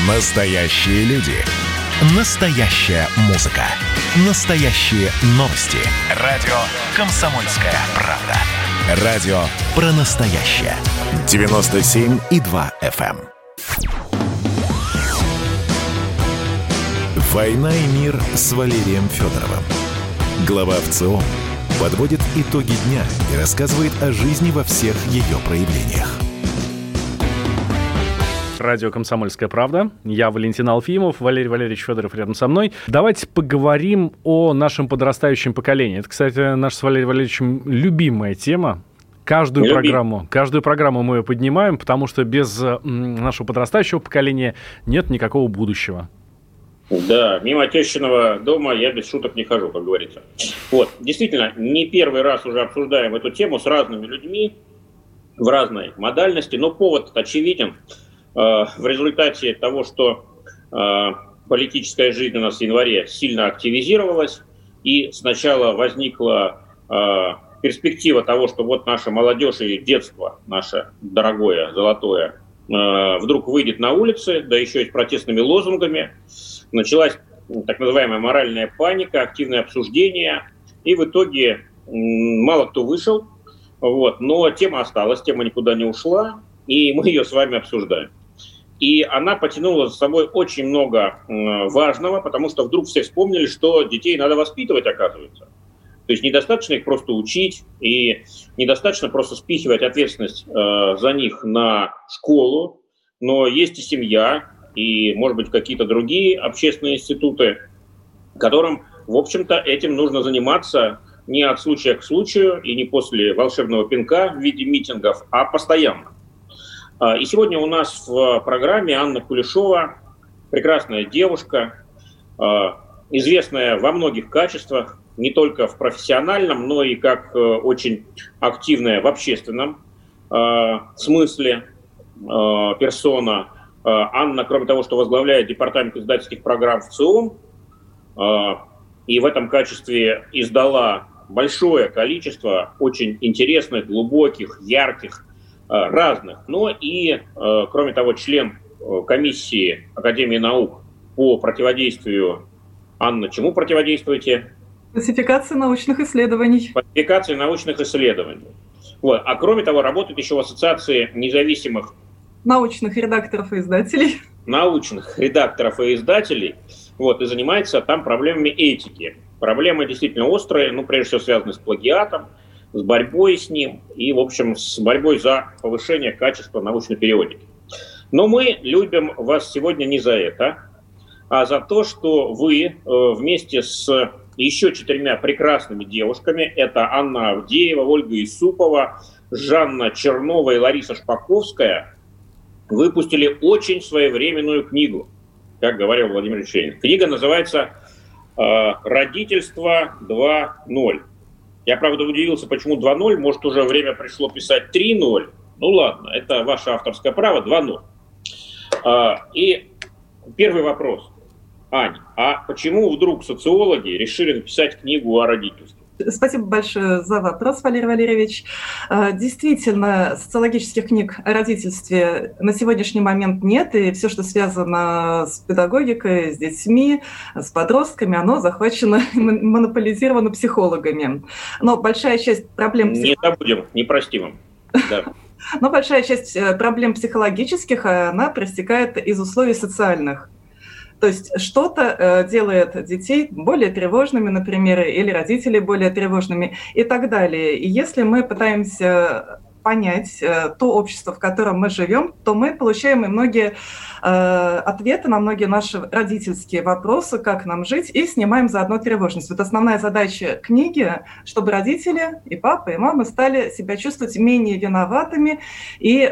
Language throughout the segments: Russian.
Настоящие люди. Настоящая музыка. Настоящие новости. Радио «Комсомольская правда». Радио про настоящее. 97,2 FM. «Война и мир» с Валерием Федоровым. Глава ВЦИОМ подводит итоги дня и рассказывает о жизни во всех ее проявлениях. Радио «Комсомольская правда». Я Валентин Алфимов, Валерий Валерьевич Федоров рядом со мной. Давайте поговорим о нашем подрастающем поколении. Это, кстати, наша с Валерием Валерьевичем любимая тема. Каждую программу мы ее поднимаем, потому что без нашего подрастающего поколения нет никакого будущего. Да, мимо тещиного дома я без шуток не хожу, как говорится. Вот, действительно, не первый раз уже обсуждаем эту тему с разными людьми в разной модальности, но повод очевиден. В результате того, что политическая жизнь у нас в январе сильно активизировалась, и сначала возникла перспектива того, что вот наша молодежь и детство, наше дорогое, золотое, вдруг выйдет на улицы, да еще и с протестными лозунгами. Началась так называемая моральная паника, активное обсуждение, и в итоге мало кто вышел, вот, но тема осталась, тема никуда не ушла, и мы ее с вами обсуждаем. И она потянула за собой очень много важного, потому что вдруг все вспомнили, что детей надо воспитывать, оказывается. То есть недостаточно их просто учить, и недостаточно просто спихивать ответственность за них на школу, но есть и семья, и, может быть, какие-то другие общественные институты, которым, в общем-то, этим нужно заниматься не от случая к случаю и не после волшебного пинка в виде митингов, а постоянно. И сегодня у нас в программе Анна Кулешова, прекрасная девушка, известная во многих качествах, не только в профессиональном, но и как очень активная в общественном смысле персона. Анна, кроме того, что возглавляет департамент издательских программ ВЦИОМ, и в этом качестве издала большое количество очень интересных, глубоких, ярких, разных, но и, кроме того, член комиссии Академии наук по противодействию. Анна, чему противодействуете? Классификации научных исследований. Классификации научных исследований. Вот. А кроме того, работает еще в Ассоциации независимых научных редакторов и издателей. Научных редакторов и издателей. Вот, и занимается там проблемами этики. Проблемы действительно острые, прежде всего связаны с плагиатом, с борьбой с ним и, в общем, с борьбой за повышение качества научной периодики. Но мы любим вас сегодня не за это, а за то, что вы вместе с еще 4 прекрасными девушками, это Анна Авдеева, Ольга Исупова, Жанна Чернова и Лариса Шпаковская, выпустили очень своевременную книгу, как говорил Владимир Ильич Ленин. Книга называется «Родительство 2.0». Я, правда, удивился, почему 2.0, может, уже время пришло писать 3.0. Ну ладно, это ваше авторское право, 2.0. И первый вопрос. Ань, а почему вдруг социологи решили написать книгу о родительстве? Спасибо большое за вопрос, Валерий Валерьевич. Действительно, социологических книг о родительстве на сегодняшний момент нет, и все, что связано с педагогикой, с детьми, с подростками, оно захвачено, монополизировано психологами. Но большая часть проблем... Не забудем, не простим им. Да. Но большая часть проблем психологических, она проистекает из условий социальных. То есть что-то делает детей более тревожными, например, или родителей более тревожными и так далее. И если мы пытаемся понять то общество, в котором мы живем, то мы получаем и многие ответы на многие наши родительские вопросы, как нам жить, и снимаем заодно тревожность. Вот основная задача книги, чтобы родители, и папа, и мама стали себя чувствовать менее виноватыми, и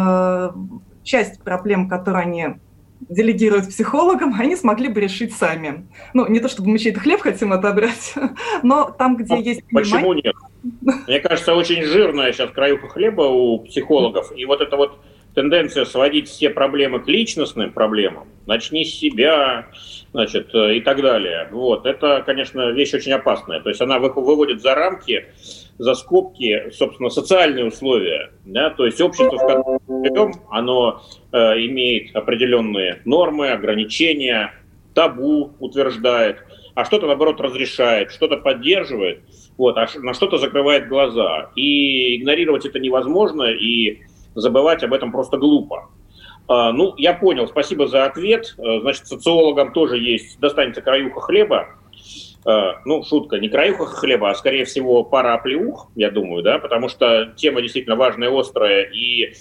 часть проблем, которые они делегируют психологам, они смогли бы решить сами. Не то чтобы мы чей-то хлеб хотим отобрать, но там, где есть понимание... Почему нет? Мне кажется, очень жирная сейчас краюха хлеба у психологов. И вот это вот тенденция сводить все проблемы к личностным проблемам, начни с себя, значит, и так далее. Вот. Это, конечно, вещь очень опасная. То есть она выводит за рамки, за скобки, собственно, социальные условия. Да? То есть общество, в котором мы живем, оно имеет определенные нормы, ограничения, табу утверждает, а что-то, наоборот, разрешает, что-то поддерживает, вот, а на что-то закрывает глаза. И игнорировать это невозможно, и забывать об этом просто глупо. Ну, я понял, спасибо за ответ. Значит, социологам тоже достанется краюха хлеба. Ну, шутка, не краюха хлеба, а, скорее всего, пара оплеух, я думаю, да, потому что тема действительно важная, острая, и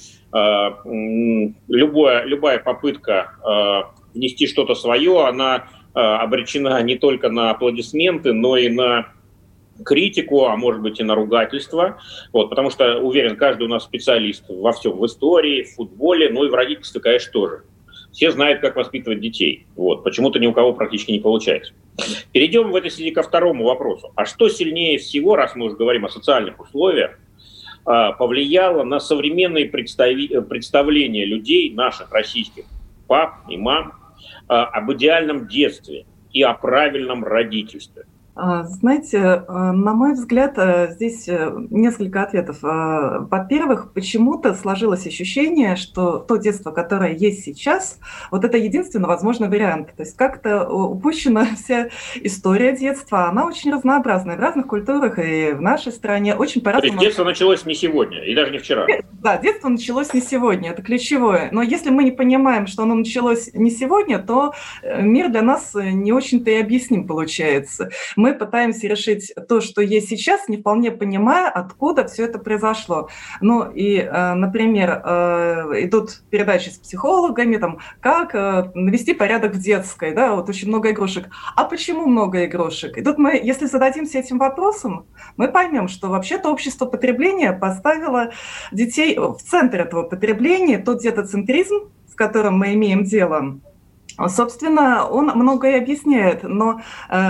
любая попытка внести что-то свое, она обречена не только на аплодисменты, но и на критику, а может быть и на ругательство. Вот, потому что, уверен, каждый у нас специалист во всем, в истории, в футболе, ну и в родительстве, конечно, тоже. Все знают, как воспитывать детей. Вот, почему-то ни у кого практически не получается. Перейдем в этой связи ко второму вопросу. А что сильнее всего, раз мы уже говорим о социальных условиях, повлияло на современные представления людей, наших российских пап и мам, об идеальном детстве и о правильном родительстве? Знаете, на мой взгляд, здесь несколько ответов. Во-первых, почему-то сложилось ощущение, что то детство, которое есть сейчас, вот это единственно возможный вариант. То есть как-то упущена вся история детства. Она очень разнообразная в разных культурах и в нашей стране. Очень по-разному. То есть детство началось не сегодня и даже не вчера? Да, детство началось не сегодня, это ключевое. Но если мы не понимаем, что оно началось не сегодня, то мир для нас не очень-то и объясним получается. Мы пытаемся решить то, что есть сейчас, не вполне понимая, откуда все это произошло. Ну и, например, идут передачи с психологами, там, как навести порядок в детской, да, вот очень много игрушек. А почему много игрушек? И тут мы, если зададимся этим вопросом, мы поймем, что вообще-то общество потребления поставило детей в центр этого потребления, тот детоцентризм, с которым мы имеем дело, собственно, он многое объясняет, но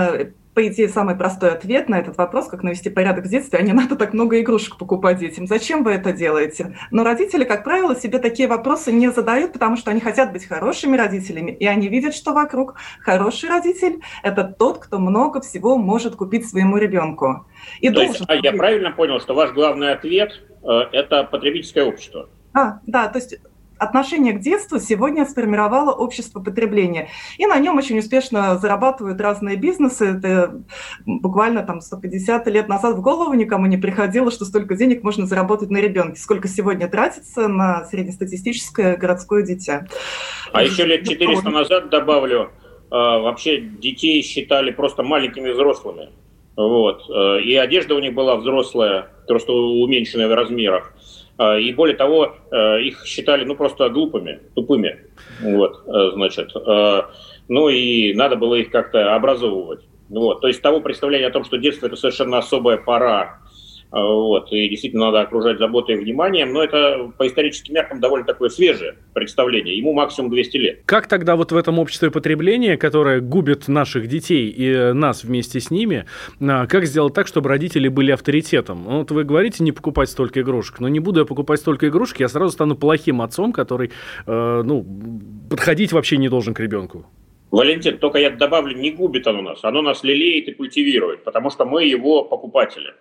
по идее, самый простой ответ на этот вопрос, как навести порядок в детстве, а не надо так много игрушек покупать детям. Зачем вы это делаете? Но родители, как правило, себе такие вопросы не задают, потому что они хотят быть хорошими родителями, и они видят, что вокруг хороший родитель – это тот, кто много всего может купить своему ребенку. То есть, я правильно понял, что ваш главный ответ – это потребительское общество? Да, то есть отношение к детству сегодня сформировало общество потребления. И на нем очень успешно зарабатывают разные бизнесы. Это буквально там 150 лет назад в голову никому не приходило, что столько денег можно заработать на ребенке. Сколько сегодня тратится на среднестатистическое городское дитя. А еще лет 400 назад, добавлю, вообще детей считали просто маленькими взрослыми. Вот. И одежда у них была взрослая, просто уменьшенная в размерах. И более того, их считали просто глупыми, тупыми. Вот, значит. Ну и надо было их как-то образовывать. Вот. То есть того представления о том, что детство – это совершенно особая пора, вот, и действительно надо окружать заботой и вниманием, но это по историческим меркам довольно такое свежее представление. Ему максимум 200 лет. Как тогда вот в этом обществе потребления, которое губит наших детей и нас вместе с ними, как сделать так, чтобы родители были авторитетом? Вот вы говорите не покупать столько игрушек, но не буду я покупать столько игрушек, я сразу стану плохим отцом, который подходить вообще не должен к ребенку. Валентин, только я добавлю, не губит оно нас лелеет и культивирует, потому что мы его покупатели.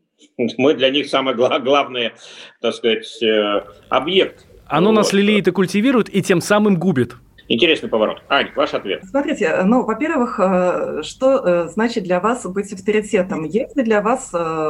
Мы для них самый главный, так сказать, объект. Оно нас лелеет и культивирует, и тем самым губит. Интересный поворот. Ань, ваш ответ. Смотрите, во-первых, что значит для вас быть авторитетом? Если для вас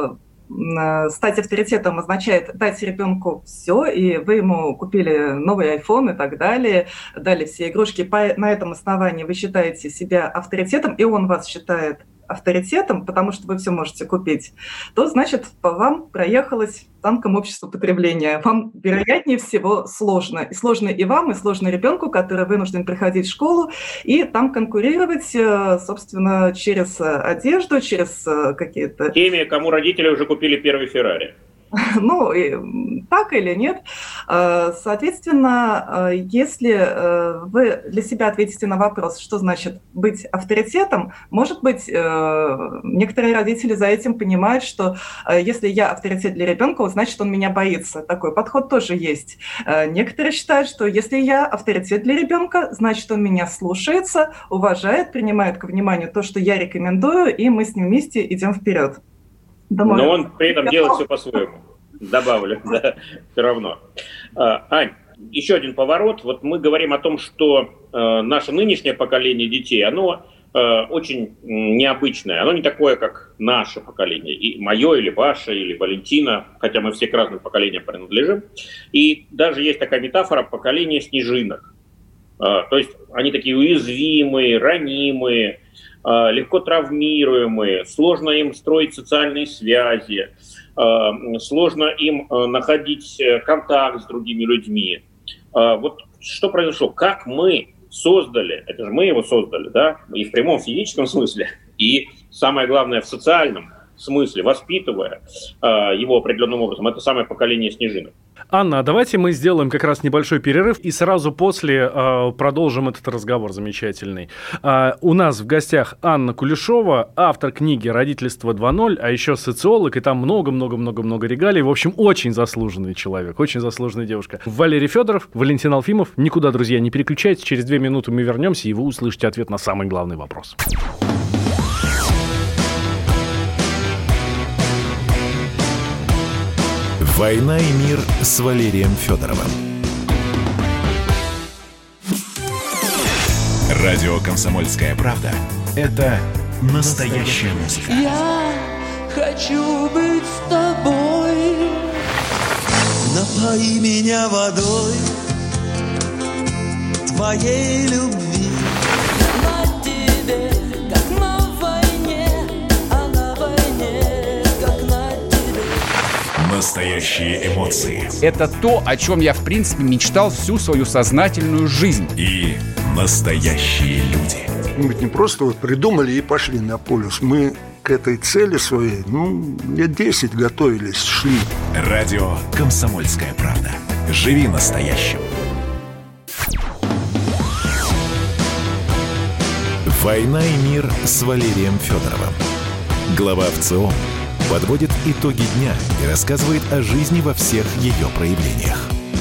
стать авторитетом означает дать ребенку все, и вы ему купили новый iPhone и так далее, дали все игрушки, на этом основании вы считаете себя авторитетом, и он вас считает авторитетом, потому что вы все можете купить, то, значит, по вам проехалось танком общества потребления. Вам, вероятнее всего, сложно. И сложно и вам, и сложно ребенку, который вынужден приходить в школу, и там конкурировать, собственно, через одежду, через какие-то... Теми, кому родители уже купили первый Феррари. Ну, так или нет. Соответственно, если вы для себя ответите на вопрос, что значит быть авторитетом, может быть, некоторые родители за этим понимают, что если я авторитет для ребенка, значит, он меня боится. Такой подход тоже есть. Некоторые считают, что если я авторитет для ребенка, значит, он меня слушается, уважает, принимает ко вниманию то, что я рекомендую, и мы с ним вместе идем вперед. Думаю, но он при этом делает все по-своему. Добавлю, да, все равно. Ань, еще один поворот. Вот мы говорим о том, что наше нынешнее поколение детей, оно очень необычное. Оно не такое, как наше поколение. И мое, или ваше, или Валентина, хотя мы все к разным поколениям принадлежим. И даже есть такая метафора поколения снежинок. То есть они такие уязвимые, ранимые, легко травмируемые, сложно им строить социальные связи, сложно им находить контакт с другими людьми. Вот что произошло? Как мы создали, это же мы его создали, да, и в прямом физическом смысле, и самое главное в социальном смысле, воспитывая его определенным образом, это самое поколение снежинок. Анна, давайте мы сделаем как раз небольшой перерыв и сразу после продолжим этот разговор замечательный. У нас в гостях Анна Кулешова, автор книги «Родительство 2.0», а еще социолог, и там много-много-много-много регалий. В общем, очень заслуженный человек, очень заслуженная девушка. Валерий Федоров, Валентин Алфимов. Никуда, друзья, не переключайтесь. Через 2 минуты мы вернемся, и вы услышите ответ на самый главный вопрос. «Война и мир» с Валерием Федоровым. Радио «Комсомольская правда» — это настоящая музыка. Я хочу быть с тобой. Напои меня водой твоей любви. На тебе, как на войне, а на войне, как на тебе. Настоящие эмоции. Это то, о чем я, в принципе, мечтал всю свою сознательную жизнь. И настоящие люди. Мы ведь не просто вот придумали и пошли на полюс. Мы к этой цели своей, лет 10 готовились, шли. Радио «Комсомольская правда». Живи настоящим. «Война и мир» с Валерием Федоровым. Глава ВЦИОМ подводит итоги дня и рассказывает о жизни во всех ее проявлениях.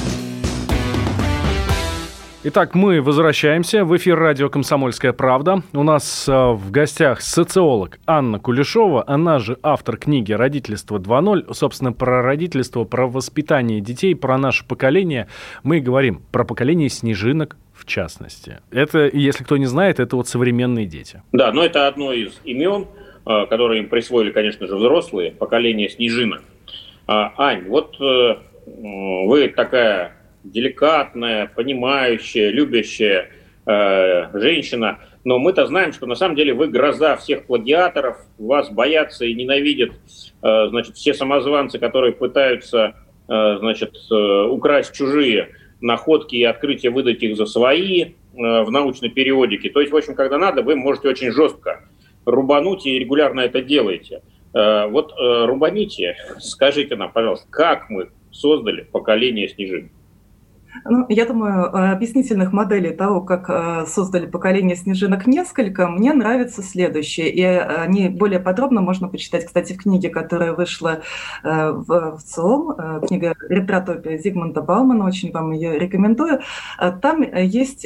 Итак, мы возвращаемся в эфир радио «Комсомольская правда». У нас в гостях социолог Анна Кулешова, она же автор книги «Родительство 2.0». Собственно, про родительство, про воспитание детей, про наше поколение. Мы говорим про поколение снежинок в частности. Это, если кто не знает, это вот современные дети. Да, но это одно из имен, которые им присвоили, конечно же, взрослые, поколение снежинок. Ань, вот вы такая деликатная, понимающая, любящая женщина, но мы-то знаем, что на самом деле вы гроза всех плагиаторов, вас боятся и ненавидят, значит, все самозванцы, которые пытаются, значит, украсть чужие находки и открытия, выдать их за свои в научной периодике. То есть, в общем, когда надо, вы можете очень жестко рубануть и регулярно это делаете. Вот рубаните, скажите нам, пожалуйста, как мы создали поколение снежинок? Я думаю, объяснительных моделей того, как создали поколение снежинок, несколько. Мне нравится следующее. И они более подробно можно почитать, кстати, в книге, которая вышла в ЦИОМ, книга «Ретротопия» Зигмунда Баумана, очень вам ее рекомендую. Там есть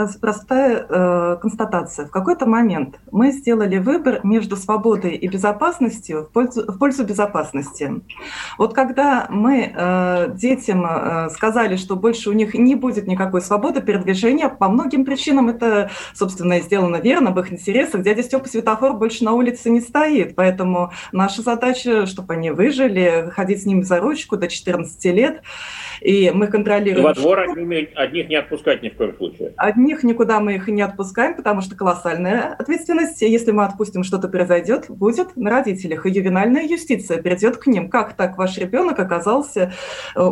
простая констатация. В какой-то момент мы сделали выбор между свободой и безопасностью в пользу безопасности. Вот когда мы детям сказали, что больше у них не будет никакой свободы передвижения. По многим причинам это, собственно, сделано верно, в их интересах. Дядя Степа светофор больше на улице не стоит, поэтому наша задача, чтобы они выжили, ходить с ними за ручку до 14 лет, и мы контролируем... Во двор одних не отпускать ни в коем случае. Одних никуда мы их не отпускаем, потому что колоссальная ответственность. Если мы отпустим, что-то произойдет, будет на родителях. И ювенальная юстиция придет к ним. Как так ваш ребенок оказался,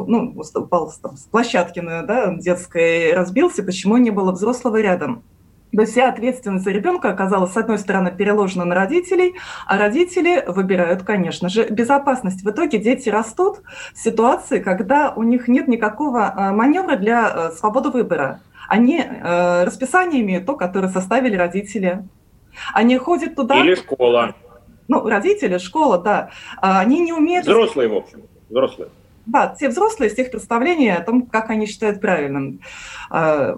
упал с площадки детской, разбился, почему не было взрослого рядом? То есть вся ответственность за ребенка оказалась, с одной стороны, переложена на родителей, а родители выбирают, конечно же, безопасность. В итоге дети растут в ситуации, когда у них нет никакого маневра для свободы выбора. Они расписание имеют то, которое составили родители. Они ходят туда... Или школа. Ну, родители, школа, да. Они не умеют... Взрослые, в общем, взрослые. Да, те взрослые, с их представления о том, как они считают правильным. Как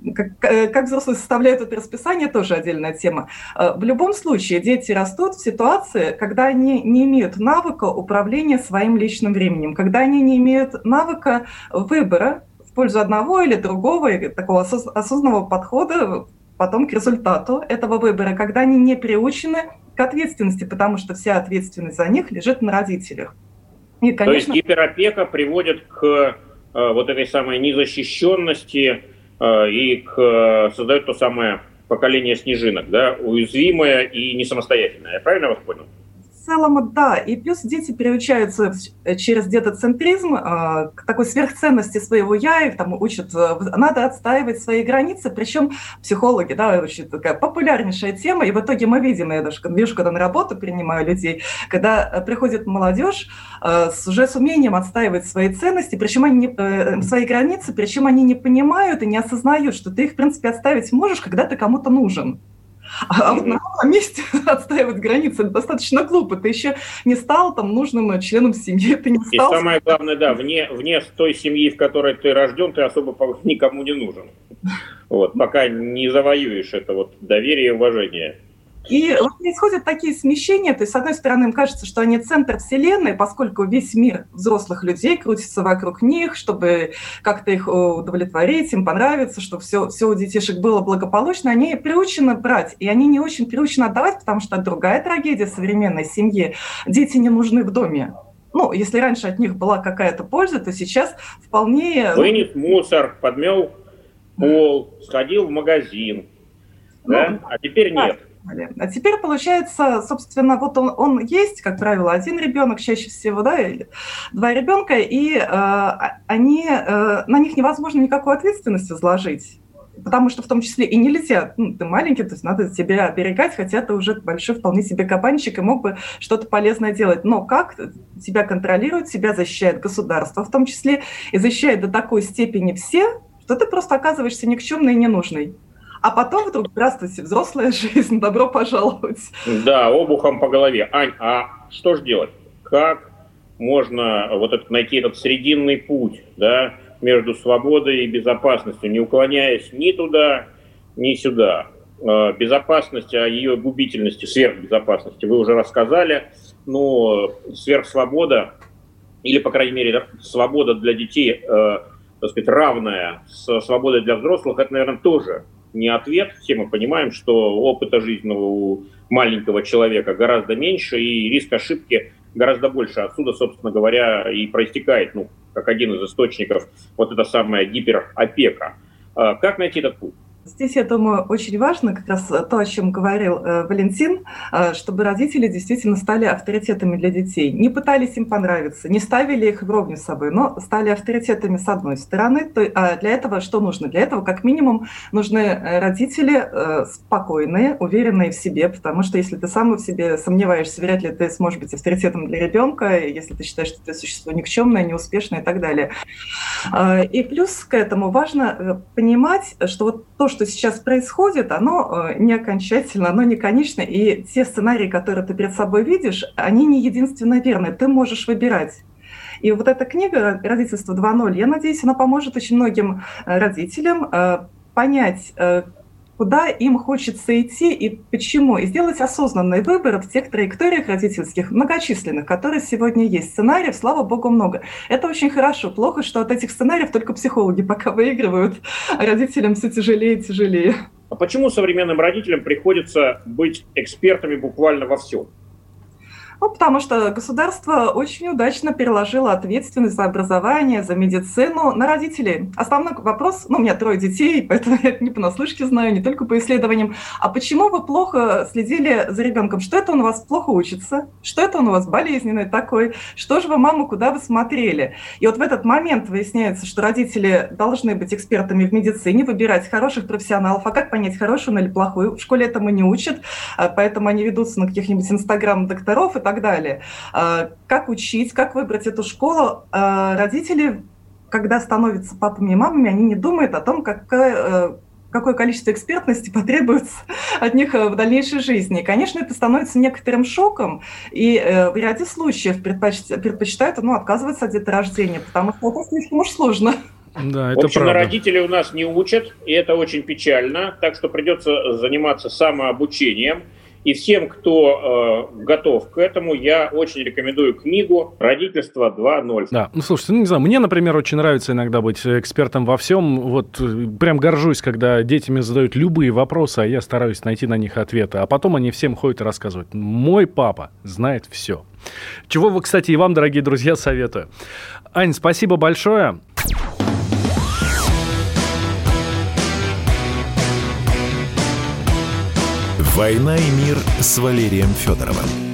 взрослые составляют это расписание, тоже отдельная тема. В любом случае, дети растут в ситуации, когда они не имеют навыка управления своим личным временем, когда они не имеют навыка выбора в пользу одного или другого, и такого осознанного подхода потом к результату этого выбора, когда они не приучены к ответственности, потому что вся ответственность за них лежит на родителях. И, конечно... То есть гиперопека приводит к вот этой самой незащищенности и создает то самое поколение снежинок, да, уязвимое и не самостоятельное. Я правильно вас понял? В целом, да. И плюс дети приучаются через детоцентризм к такой сверхценности своего «я», их там учат, надо отстаивать свои границы, причем психологи, да, очень такая популярнейшая тема, и в итоге мы видим, я даже вижу, когда на работу принимаю людей, когда приходит молодежь уже с умением отстаивать свои ценности, причем они свои границы, причем они не понимают и не осознают, что ты их, в принципе, отставить можешь, когда ты кому-то нужен. А вот на ровном месте отстаивать границы достаточно глупо. Ты еще не стал там нужным членом семьи, ты не стал... И самое главное, да, вне той семьи, в которой ты рожден, ты особо никому не нужен. Вот, пока не завоюешь это вот доверие и уважение. И вот происходят такие смещения, то есть, с одной стороны, им кажется, что они центр вселенной, поскольку весь мир взрослых людей крутится вокруг них, чтобы как-то их удовлетворить, им понравится, чтобы все у детишек было благополучно, они приучены брать, и они не очень приучены отдавать, потому что другая трагедия современной семьи – дети не нужны в доме. Ну, если раньше от них была какая-то польза, то сейчас вполне... Вынес мусор, подмел пол, сходил в магазин, да? А теперь нет. А теперь, получается, собственно, вот он есть, как правило, один ребенок, чаще всего, да, или два ребенка, и на них невозможно никакой ответственности возложить. Потому что в том числе и нельзя, ты маленький, то есть надо себя оберегать, хотя ты уже большой вполне себе кабанчик и мог бы что-то полезное делать. Но как тебя контролирует, тебя защищает государство в том числе, и защищает до такой степени все, что ты просто оказываешься никчемный и ненужный. А потом вдруг, здравствуйте, взрослая жизнь, добро пожаловать. Да, обухом по голове. Ань, а что же делать? Как можно найти этот срединный путь, да, между свободой и безопасностью, не уклоняясь ни туда, ни сюда? Безопасность, о ее губительности, сверхбезопасности вы уже рассказали, но сверхсвобода, или, по крайней мере, свобода для детей, так сказать, равная с свободой для взрослых, это, наверное, тоже не ответ. Все мы понимаем, что опыта жизненного у маленького человека гораздо меньше, и риск ошибки гораздо больше. Отсюда, собственно говоря, и проистекает, как один из источников, вот эта самая гиперопека. Как найти этот путь? Здесь, я думаю, очень важно как раз то, о чем говорил Валентин, чтобы родители действительно стали авторитетами для детей. Не пытались им понравиться, не ставили их вровне с собой, но стали авторитетами с одной стороны. А для этого что нужно? Для этого, как минимум, нужны родители спокойные, уверенные в себе, потому что если ты сам в себе сомневаешься, вряд ли ты сможешь быть авторитетом для ребенка, если ты считаешь, что ты существо никчемное, неуспешное и так далее. И плюс к этому важно понимать, что вот то, что сейчас происходит, оно не окончательно, оно не конечно, и те сценарии, которые ты перед собой видишь, они не единственно верны, ты можешь выбирать. И вот эта книга «Родительство 2.0», я надеюсь, она поможет очень многим родителям понять, куда им хочется идти и почему, и сделать осознанный выбор в тех траекториях родительских, многочисленных, которые сегодня есть. Сценариев, слава богу, много. Это очень хорошо. Плохо, что от этих сценариев только психологи пока выигрывают, а родителям все тяжелее и тяжелее. А почему современным родителям приходится быть экспертами буквально во всем? Ну, потому что государство очень удачно переложило ответственность за образование, за медицину на родителей. Основной вопрос, у меня 3 детей, поэтому я не понаслышке знаю, не только по исследованиям. А почему вы плохо следили за ребенком? Что это он у вас плохо учится? Что это он у вас болезненный такой? Что же вы, мама, куда вы смотрели? И вот в этот момент выясняется, что родители должны быть экспертами в медицине, выбирать хороших профессионалов. А как понять, хороший он или плохой? В школе этому не учат, поэтому они ведутся на каких-нибудь инстаграм-докторов и так далее. Как учить, как выбрать эту школу? Родители, когда становятся папами и мамами, они не думают о том, какое количество экспертности потребуется от них в дальнейшей жизни. И, конечно, это становится некоторым шоком, и в ряде случаев предпочитают отказываться от деторождения, потому что это слишком уж сложно. Да, это в общем, правда. родителей у нас не учат, и это очень печально, так что придется заниматься самообучением. И всем, кто готов к этому, я очень рекомендую книгу «Родительство 2.0». Да, слушайте, не знаю, мне, например, очень нравится иногда быть экспертом во всем. Вот прям горжусь, когда дети мне задают любые вопросы, а я стараюсь найти на них ответы. А потом они всем ходят и рассказывают. Мой папа знает все. Чего вы, кстати, и вам, дорогие друзья, советую. Ань, спасибо большое. «Война и мир» с Валерием Федоровым.